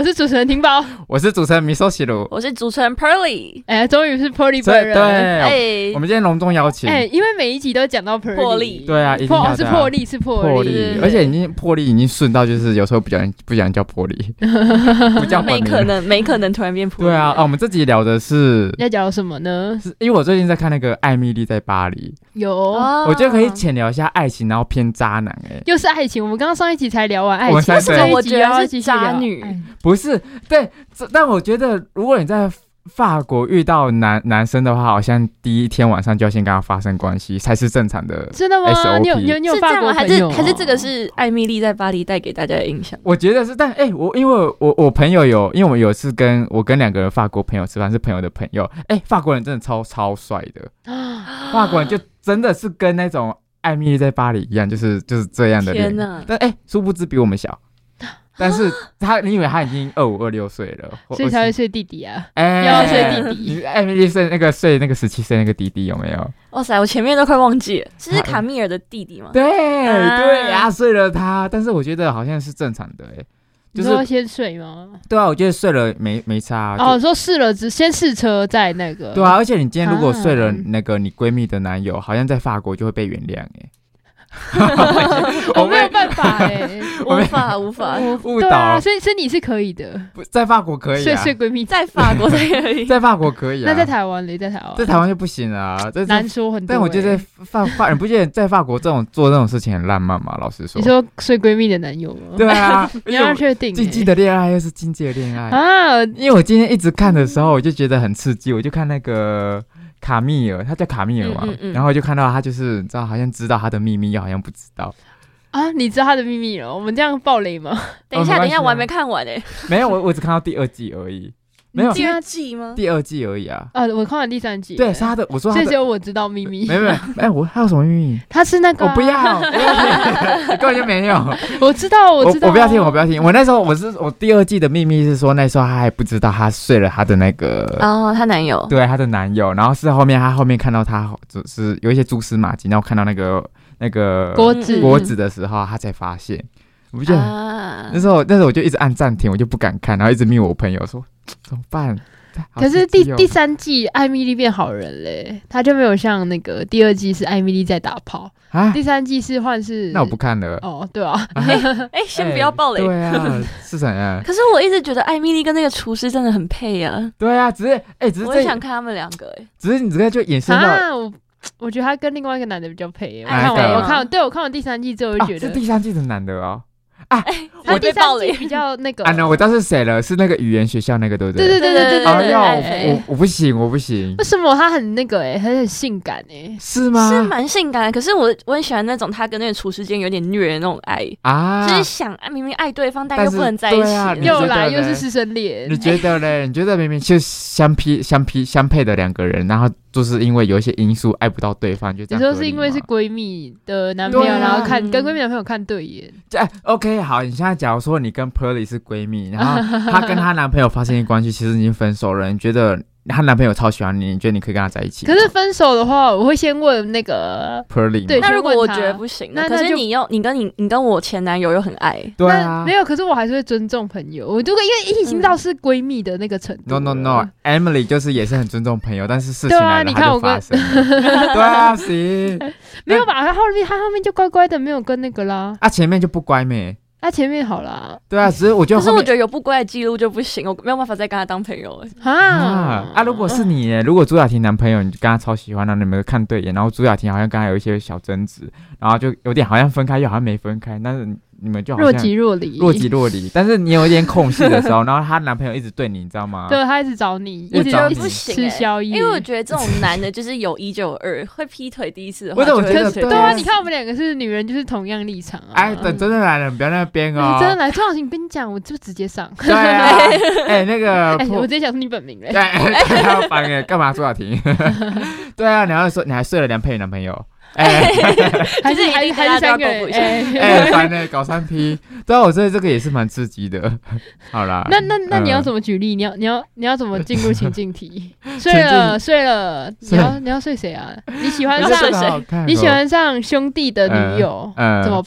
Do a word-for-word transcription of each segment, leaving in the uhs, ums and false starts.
是主持人婷宝， 我是主持人米索西鲁， 我是主持人 Pearly。 哎，终于是 Pearly 本人。 对， 哎， 我们今天隆重邀请。 哎，因为每一集都讲到 Pearly 破例， 对啊，一定要是破例，是破例， 破例，而且已经破例已经顺到就是有时候不讲不讲叫破例，不叫没可能，没可能突然变破例。 对啊，啊，我们这集聊的是要聊什么呢？ 是因为我最近在看那个《艾蜜莉在巴黎》， 有， 我觉得可以浅聊一下爱情，然后偏渣男。哎， 又是爱情，我们刚刚上一集才聊完爱情， 为什么我觉得是渣女？ 不是，对，但我觉得如果你在法国遇到男男生的话，好像第一天晚上就要先跟他发生关系，才是正常的 S O P。 真的吗？你有你有你有法国朋友、哦？ 还是还是这个是艾蜜莉在巴黎带给大家的印象？ 我觉得是，但哎、欸，我因为我我朋友有，因为我有一次跟我跟两个人法国朋友吃饭，是朋友的朋友，哎、欸，法国人真的超超帅的，法国人就真的是跟那种艾蜜莉在巴黎一样，就是就是这样的脸。 天哪！ 但哎、欸，殊不知比我们小。但是他，你以为他已经二五二六岁了， 所以才会睡弟弟啊？ 哎、 要睡弟弟。 艾蜜莉睡那个睡那个十七岁那个弟弟有没有？ 哇塞，我前面都快忘记了，这是卡米尔的弟弟吗？ 对、啊、对啊，睡了他，但是我觉得好像是正常的哎、欸。就是你说先睡吗？ 对啊，我觉得睡了没没差、啊。 哦，说试了只先试车再那个。 对啊，而且你今天如果睡了那个你闺蜜的男友，啊、好像在法国就会被原谅哎、欸。 我没有办法哎、欸， 无法无法误导、 啊，所以所以你是可以的， 在法国可以、啊， 睡睡闺蜜在法国才可以， 在法国可以啊。 那在台湾嘞，在台湾， 在台湾就不行啊， 难说很多、欸。 但我觉得法法，你不觉得在法国这种做这种事情很浪漫吗？老实说， 你说睡闺蜜的男友吗？ 对啊， 你要确定、欸， 禁忌的恋爱又是禁忌的恋爱啊！ 因为我今天一直看的时候，我就觉得很刺激，我就看那个。卡米尔，他叫卡米尔嘛、嗯嗯嗯，然后就看到他就是你知道，好像知道他的秘密，又好像不知道啊。你知道他的秘密了？我们这样爆雷吗？ 等一下，哦、等一下，我还没看完哎。 没有，我我只看到第二季而已。没有第二季吗？ 第二季而已啊！ 啊，我看完第三季。 对，是他的。我说他的， 所以只有我知道秘密。 没有没有，哎，我他有什么秘密？ 他是那个、啊， 我不要，不要听，根本就没有。 我知道，我知道、啊我，我不要听，我不要听。我那时候我是我第二季的秘密是说，那时候他还不知道他睡了他的那个哦，她男友， 对，他的男友。然后是后面他后面看到他就是有一些蛛丝马迹，然后看到那个那个锅子锅子的时候，他才发现。我不觉得、 啊、 那时候那时候我就一直按暂停，我就不敢看，然后一直密我朋友说怎么办。 可是第第三季艾蜜莉变好人嘞，他就没有像那个第二季是艾蜜莉在打炮啊，第三季是换是那我不看了哦，对啊， 哎、欸欸，先不要爆雷、欸， 对啊，是怎样？ 可是我一直觉得艾蜜莉跟那个厨师真的很配啊， 对啊，只是哎、欸，只是我也想看他们两个哎、欸， 只是你这个就衍生到。 啊我我觉得他跟另外一个男的比较配、欸，我看完， 我看，对我看完第三季之后，我就觉得、 啊、是第三季的男的哦。啊， 他第三季比较那个啊，那我知道是谁了，是那个语言学校那个，对不对？ 对对对对对对。 哎呀，我我不行，我不行。 为什么他很那个哎、欸，很很性感哎、欸？ 是吗？ 是蛮性感的，可是我我很喜欢那种他跟那个厨师间有点虐的那种爱啊，就是想明明爱对方，但又不能在一起， 啊、 又来又是师生恋。 你觉得嘞？你觉得明明就相匹相匹相配的两个人，然后就是因为有一些因素爱不到对方，就这样。 你说是因为是闺蜜的男朋友， 啊、 然后看跟闺蜜男朋友看对眼。 哎 ，OK， 好，你现在假如说你跟 Pearly 是闺蜜，然后她跟她男朋友发生关系，其实已经分手了，你觉得她男朋友超喜欢你，你觉得你可以跟他在一起？ 可是分手的话，我会先问那个 Pearly， 对， 那如果我觉得不行，那可是你又你跟你你跟我前男友又很爱， 对啊， 没有，可是我还是会尊重朋友。我如果因为已经到是闺蜜的那个程度、 嗯、，no no no，Emily 就是也是很尊重朋友，但是事情来了他就发生了。对啊，行， 没有吧？他后面他后面就乖乖的，没有跟那个啦。 啊，前面就不乖咩？ 他、啊、前面好啦， 对啊，只是我觉得， 可是我觉得有不乖的记录就不行，我没有办法再跟他当朋友了。 啊啊！如果是你耶，如果朱雅婷男朋友你跟他超喜欢，然后你们看对眼，然后朱雅婷好像跟他有一些小争执，然后就有点好像分开又好像没分开，但是你们就好像若即若离， 若即若离。但是你有一点空隙的时候，然后她男朋友一直对你，你知道吗？ 对，他一直找你， 一直找你， 不行、 吃宵夜。 因为我觉得这种男的就是有一就有二，会劈腿第一次的话， 我我觉得对啊，你看我们两个是女人，就是同样立场啊。 哎，等真的来了，你不要那边哦。 真的来，庄小晴，跟你讲，我就直接上。 对啊，哎，那个， 哎，我直接讲出你本名嘞。 对，好烦哎，干嘛朱小婷？对啊，你要说你还睡了梁佩宇男朋友。哎、欸， 还是还是还是三个人，哎哎，烦哎，搞三 P， 对啊，我觉得这个也是蛮刺激的。好啦， 那那那你要怎么举例？嗯、你要你要你要怎么进入情境题？睡了睡了，你要你要睡谁啊？你喜欢上谁？你喜欢上兄弟的女友，嗯、怎么办？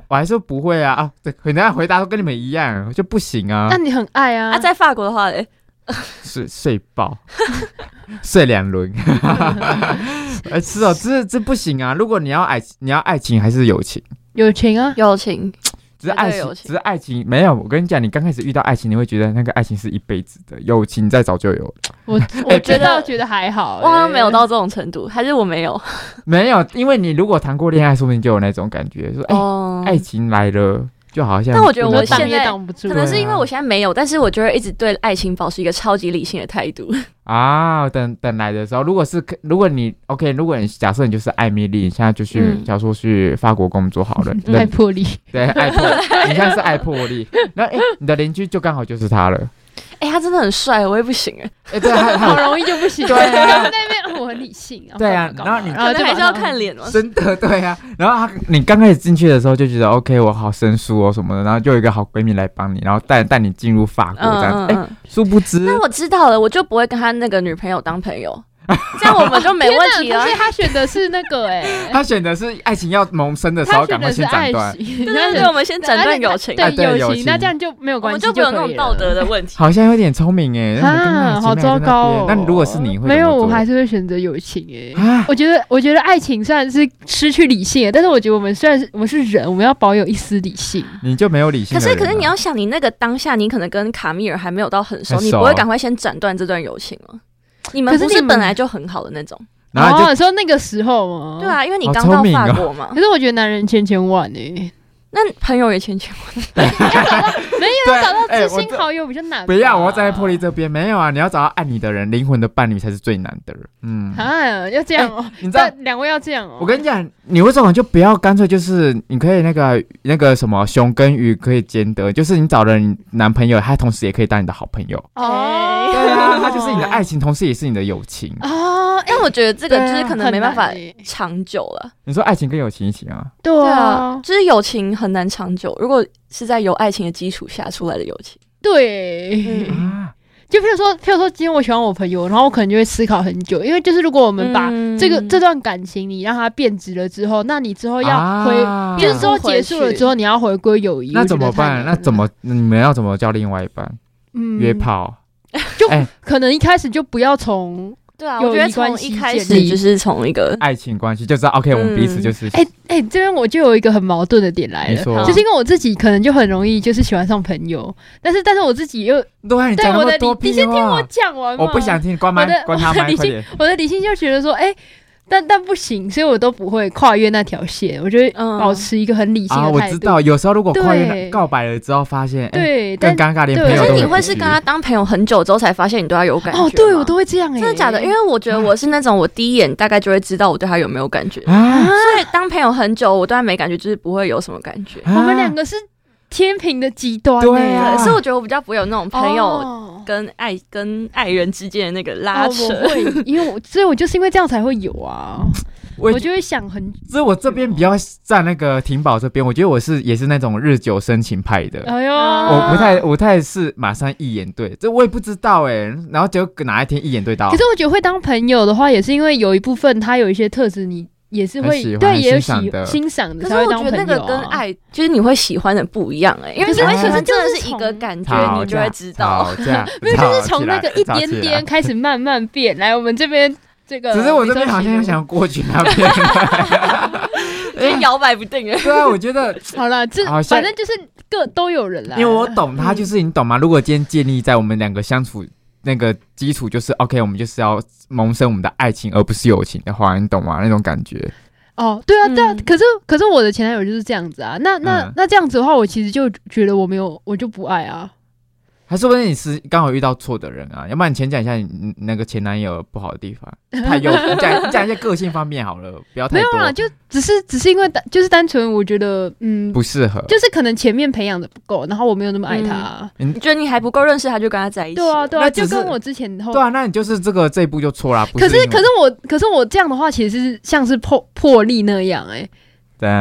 我还说不会啊啊，对，很多人回答都跟你们一样，就不行啊。 那你很爱啊？ 啊，在法国的话嘞， 睡睡爆，睡两轮。哎，是哦，这这不行啊！如果你要爱，你要爱情还是友情？ 友情啊， 友情。 只是爱情，只是爱情没有。我跟你讲，你刚开始遇到爱情，你会觉得那个爱情是一辈子的，友情再早就有了。 我我觉得觉得还好、欸， 我好像没有到这种程度，还是我没有？ 没有，因为你如果谈过恋爱，说不定就有那种感觉，说哎、哦欸，爱情来了。就好像， 但我觉得我现在挡不住， 可能是因为我现在没有，但是我就会一直对爱情保持一个超级理性的态度啊。等等来的时候，如果是如果你 OK， 如果你假设你就是艾米丽，你现在就去，嗯、假如说去法国工作好了， 嗯、爱魄力， 对，爱魄，你现在是爱魄力，然后哎，你的邻居就刚好就是他了。 哎、欸，他真的很帅，我也不行哎、 欸。哎，对， 好容易就不行。 对啊， 那边我很理性啊。 对啊，然后你然后就还是要看脸哦。 真的对啊，然后他你刚开始进去的时候就觉得 OK， 我好生疏哦什么的，然后就有一个好闺蜜来帮你，然后带带你进入法国这样子。哎、嗯欸，殊不知， 那我知道了，我就不会跟他那个女朋友当朋友。这样我们就没问题了。 但是他选的是那个哎、欸， 他选的是爱情要萌生的时候，赶快先斩断。 对对对，我们先斩断友情。 对友情， 那这样就没有关系， 我们就不有那种道德的问题。 好像有点聪明哎、欸， 啊，好糟糕哦。 那如果是你会没有，我还是会选择友情哎、欸啊。我觉得，我觉得爱情虽然是失去理性，但是我觉得我们虽然是我们是人，我们要保有一丝理性。 你就没有理性、啊？ 可是，可是你要想，你那个当下，你可能跟卡米尔还没有到很熟，很熟你不会赶快先斩断这段友情吗？你们不是本来就很好的那种， 然后你说那个时候吗？ 对啊，因为你刚到法国嘛、 哦。可是我觉得男人千千万哎、欸， 那朋友也千千万。 没有找到知心好友比较难。 不要，我要站在魄力这边。没有啊，你要找到爱你的人，灵魂的伴侣才是最难的。嗯啊，要这样哦、喔欸，你知道两位要这样哦、喔。 我跟你讲，你为什么就不要干脆就是你可以那个那个什么熊跟鱼可以兼得，就是你找了你男朋友，他同时也可以当你的好朋友。 哦， 对啊，他就是你的爱情，同时也是你的友情。 哦，但我觉得这个就是可能没办法长久了。 你说爱情跟友情一起啊？ 对啊， 就是友情很难长久。如果是在有爱情的基础下出来的友情， 对。嗯就譬如说，譬如说，今天我喜欢我朋友，然后我可能就会思考很久，因为就是如果我们把这个、嗯、这段感情你让它变质了之后，那你之后要回，啊、就是说结束了之后你要回归友谊， 那怎么办？那怎么你们要怎么叫另外一半？嗯，约炮， 就可能一开始就不要从。 对啊，我觉得从一开始就是从一个爱情关系，就知道 OK，、嗯、我们彼此就是。 哎哎、欸欸，这边我就有一个很矛盾的点来了，就是因为我自己可能就很容易就是喜欢上朋友，但是但是我自己又对啊，你讲那么多屁话， 你先听我讲完嘛。 我不想听，关麦，关他麦，快点。 我的理性就觉得说，哎、欸。但但不行，所以我都不会跨越那条线。我觉得保持一个很理性的态度、 嗯啊。我知道，有时候如果跨越告白了之后，发现对更尴尬，连朋友都可是你会是跟他当朋友很久之后才发现你对他有感觉？哦， 对我都会这样哎、欸， 真的假的？因为我觉得我是那种我第一眼大概就会知道我对他有没有感觉，啊、所以当朋友很久，我对他没感觉，就是不会有什么感觉。 啊、我们两个是天平的极端、欸， 对啊， 所以我觉得我比较不会有那种朋友跟爱、哦、跟爱人之间的那个拉扯。 哦、我会，因为我所以我就是因为这样才会有啊。我, 我就会想很， 所以我这边比较站那个婷宝这边，我觉得我是也是那种日久生情派的。 哎呦， 我不太我不太是马上一眼对，这我也不知道哎、欸。然后结果哪一天一眼对到， 可是我觉得会当朋友的话，也是因为有一部分他有一些特质，你也是会对也有喜欣赏的。 可是我觉得那个跟爱就是你会喜欢的不一样哎、欸，因为你会喜欢真的是一个感觉，你就会知道， 没有就是从那个一点点开始慢慢变。来，我们这边。这个只是我这边好像想过去那边， 就摇摆不定哎。 对啊，我觉得好了，这反正就是各都有人啦。 因为我懂他，就是你懂吗？如果今天建立在我们两个相处那个基础，就是 OK， 我们就是要萌生我们的爱情，而不是友情的话，你懂吗？那种感觉。 哦，对啊，对啊。嗯、可是可是我的前男友就是这样子啊。那那、嗯、那这样子的话，我其实就觉得我没有，我就不爱啊。 还说不定你是刚好遇到错的人啊，要不然你先讲一下你那个前男友不好的地方，太有你讲你讲一些个性方面好了，不要太多。 没有啦，就只是只是因为就是单纯我觉得嗯不适合， 就是可能前面培养的不够，然后我没有那么爱他、啊嗯。你觉得你还不够认识他就跟他在一起？ 对啊对啊，就跟我之前后对啊，那你就是这个这一步就错啦。 可是可是我可是我这样的话，其实是像是破破例那样哎、欸。 对啊。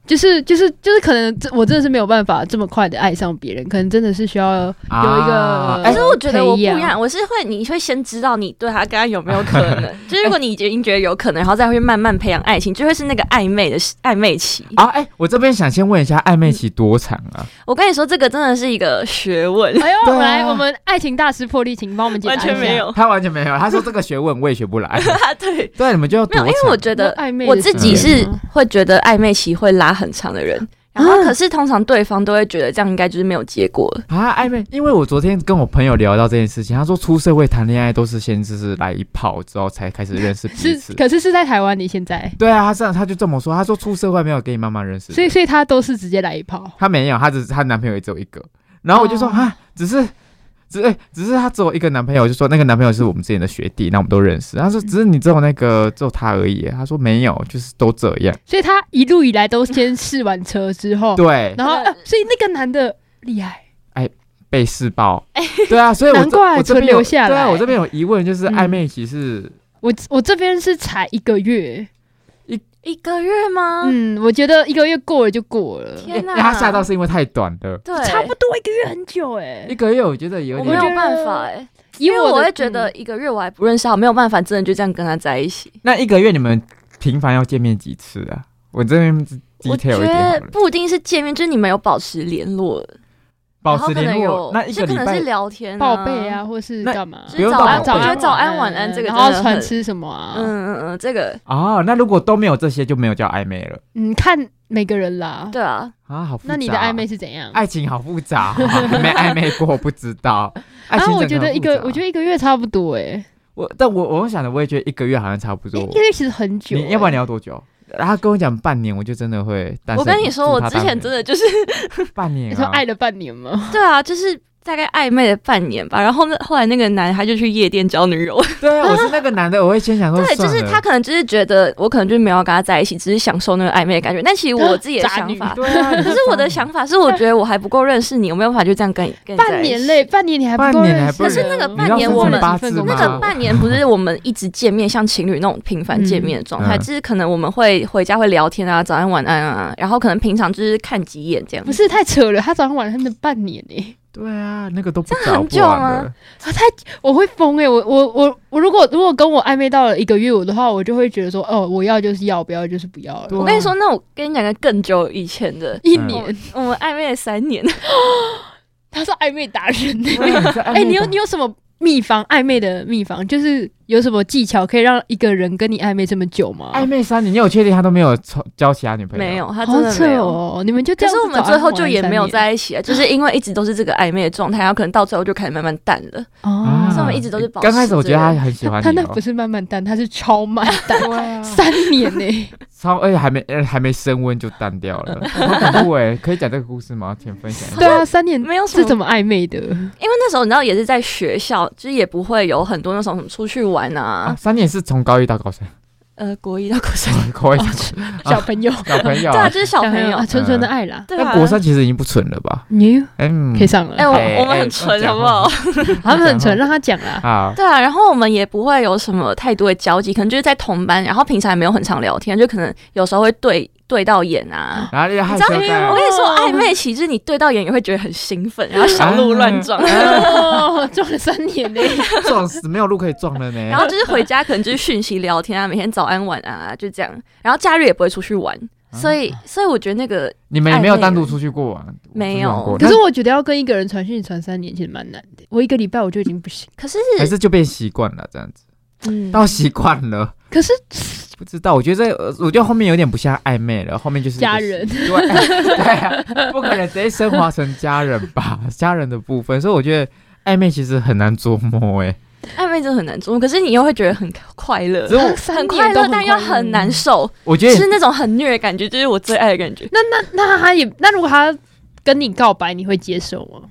就是就是就是可能我真的是没有办法这么快的爱上别人，可能真的是需要有一个。 可是我觉得我不一样，我是会你会先知道你对他跟他有没有可能，就是如果你已经觉得有可能，然后再会慢慢培养爱情，就会是那个暧昧的暧昧期啊。哎、欸，我这边想先问一下，暧昧期多长啊？ 我跟你说，这个真的是一个学问。 哎呦，啊、来，我们爱情大师破例，请帮我们解答一下。 完全没有， 他完全没有。他说这个学问我也学不来。 对对，你们就要多长？ 没有，因为我觉得我自己是会觉得暧昧期会拉很长的人。然后，可是通常对方都会觉得这样应该就是没有结果了啊。暧昧，因为我昨天跟我朋友聊到这件事情，他说出社会谈恋爱都是先就是来一炮之后才开始认识彼此。 是，可是是在台湾，你现在？ 对啊，他这样他就这么说，他说出社会没有跟你慢慢认识， 所以所以他都是直接来一炮。 他没有，他只是他男朋友也只有一个。然后我就说啊、哦，只是。只是只是他只有一个男朋友，我就说那个男朋友是我们之前的学弟，那我们都认识。他说只是你只有那个只有他而已。他说没有，就是都这样。 所以他一路以来都先试完车之后， 对， 然后、啊、所以那个男的厉害， 哎，被试爆。对啊，所以我难怪存留下来。 对啊，我这边有疑问，就是暧昧期是， 嗯、我我这边是才一个月。 一个月吗？ 嗯，我觉得一个月过了就过了。 天哪， 欸、他吓到是因为太短了， 对， 差不多一个月很久哎、欸。 一个月我觉得有点， 我没有办法哎、欸，因为我会觉得一个月我还不认识他，没有办法真的就这样跟他在一起。 那一个月你们频繁要见面几次啊？我这边 detail 一点好了。 我觉得不一定是见面，就是你们有保持联络。 保持联络，那一个礼拜可能是聊天、啊、 报备啊，或是干嘛？ 就是早安，我觉得早安晚安这个， 然后传吃什么啊？ 嗯嗯嗯，这个哦，那如果都没有这些，就没有叫暧昧了。 嗯，看每个人啦。 对啊， 啊，好复杂。 那你的暧昧是怎样？ 爱情好复杂、哦，没暧昧过，不知道。爱情啊，我觉得一个，我觉得一个月差不多哎、欸。 我，但我我想的，我也觉得一个月好像差不多。 一个月其实很久、欸。 你要不然你要多久？然后他跟我讲半年，我就真的会单身。 我跟你说，我之前真的就是半年、啊， 你说爱了半年吗？ 对啊，就是大概暧昧了半年吧。然后呢，后来那个男他就去夜店交女友。 对啊，我是那个男的，我会先想说， 对，就是他可能就是觉得我可能就没有要跟他在一起，只是享受那个暧昧的感觉。但其实我自己的想法， 对啊， 可是我的想法是，我觉得我还不够认识你，我没有办法就这样跟你跟你半年嘞，半年你还不够认识。 可是那个半年我们那个半年不是我们一直见面，像情侣那种频繁见面的状态，就是可能我们会回家会聊天啊，早安晚安啊，然后可能平常就是看几眼这样。 不是太扯了，他早上晚上的半年哎。 对啊，那个都不这很久吗？ 太我会疯哎、欸！我我我我如果如果跟我暧昧到了一个月的话，我就会觉得说，哦，我要就是要，不要就是不要了。 我跟你说，那我跟你讲个更久以前的， 一年， 嗯、我们暧昧了三年。 他是暧昧达人哎、欸！你有你有什么秘方？暧昧的秘方就是有什么技巧可以让一个人跟你暧昧这么久吗？ 暧昧三年，你有确定他都没有交其他女朋友？ 没有，他真的没有。 哦，你们就这样子，可是我们最后就也没有在一起啊，就是因为一直都是这个暧昧的状态，然后可能到最后就开始慢慢淡了。哦，所以我们一直都是保持。 刚开始我觉得他很喜欢你、哦， 他那不是慢慢淡，他是超慢淡，对啊，三年呢、欸， 超而且还没呃还没升温就淡掉了，好恐怖哎！可以讲这个故事吗？请分享一下。 对啊，三年没有是怎么暧昧的？ 因为那时候你知道也是在学校，就是也不会有很多那种什么出去玩啊。 啊三年是从高一到高三。 呃，国一到国三， 国一小朋友， 小朋友， 对啊，就是小朋友， 纯纯的爱啦。 对啊， 那国三其实已经不纯了吧？ 你嗯，可以上了。 哎，我我们很纯，好不好？ 他们很纯，让他讲啦。 好， 对啊，然后我们也不会有什么太多的交集，可能就是在同班，然后平常也没有很常聊天，就可能有时候会对。对到眼啊， 然后你知道， 我跟你说，暧昧期就是你对到眼也会觉得很兴奋，然后小鹿乱撞， 哦，撞了三年呢， 撞死没有路可以撞了呢。 然后就是回家可能就是讯息聊天啊，每天早安晚安啊，就这样。然后假日也不会出去玩，所以所以我觉得那个你们也没有单独出去过玩， 没有。 可是我觉得要跟一个人传讯传三年其实蛮难的，我一个礼拜我就已经不行。 可是还是就变习惯了这样子，嗯，到习惯了。 可是。 不知道，我觉得这，我觉得后面有点不像暧昧了，后面就是家人， 对对啊，不可能直接升华成家人吧，家人的部分，所以我觉得暧昧其实很难捉摸哎、 欸，暧昧真的很难捉摸，可是你又会觉得很快乐，很快乐，但又很难受， 我觉得是那种很虐的感觉，就是我最爱的感觉。 那那那他也，那如果他跟你告白，你会接受吗？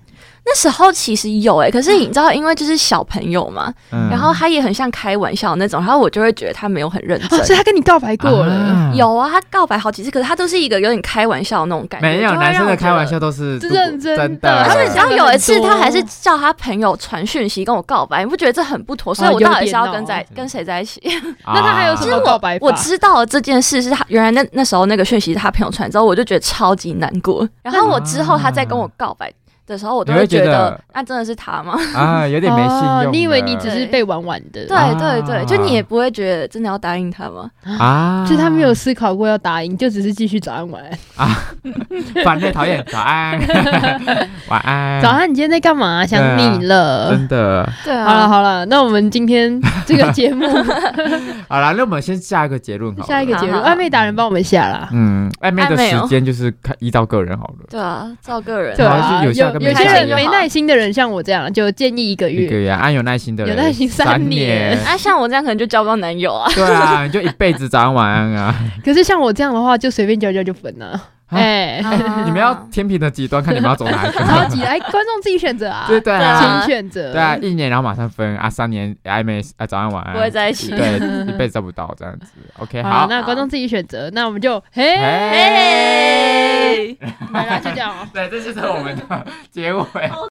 那时候其实有哎、欸，可是你知道，因为就是小朋友嘛，嗯、然后他也很像开玩笑那种，然后我就会觉得他没有很认真， 哦、所以他跟你告白过了、啊？ 有啊，他告白好几次，可是他都是一个有点开玩笑的那种感觉。 没有，男生的开玩笑都是认真的。 而且你知道有一次，他还是叫他朋友传讯息跟我告白，你不觉得这很不妥？所以我到底是要跟在、哦、跟谁在一起？ 那他还有什么告白法？ 我知道了这件事是他原来那那时候那个讯息是他朋友传之后，我就觉得超级难过。然后我之后他再跟我告白的时候，我都会觉得那、啊、真的是他吗？ 啊，有点没信用、哦。 你以为你只是被玩玩的？ 对对对，就你也不会觉得真的要答应他吗？ 啊，就他没有思考过要答应，就只是继续早安晚安啊， 烦人讨厌，早安晚安， 早安，你今天在干嘛？想你了， 真的。 对啊， 好了好了，那我们今天这个节目， 好了，那我们先下一个结论好了， 下一个结论，暧昧达人帮我们下啦。 嗯，暧昧的时间就是看依照个人好了。 对啊，照个人。 对啊，有有有些人没耐心的人，像我这样，就建议一个月。 一个月，按有耐心的人， 有耐心三年。 啊，像我这样可能就交不到男友啊。 对啊，你就一辈子早安晚安啊。 可是像我这样的话，就随便交交就分了。哎， 你们要天平的极端，看你们要走哪一个。 超级来，观众自己选择啊。 对对啊， 请选择。 对啊，一年然后马上分啊，三年暧昧啊，早安晚安， 不会在一起， 对，一辈子找不到这样子。OK， 好， 那观众自己选择，那我们就嘿， 嘿， 来啦，就这样哦。 对，这就是我们的结尾。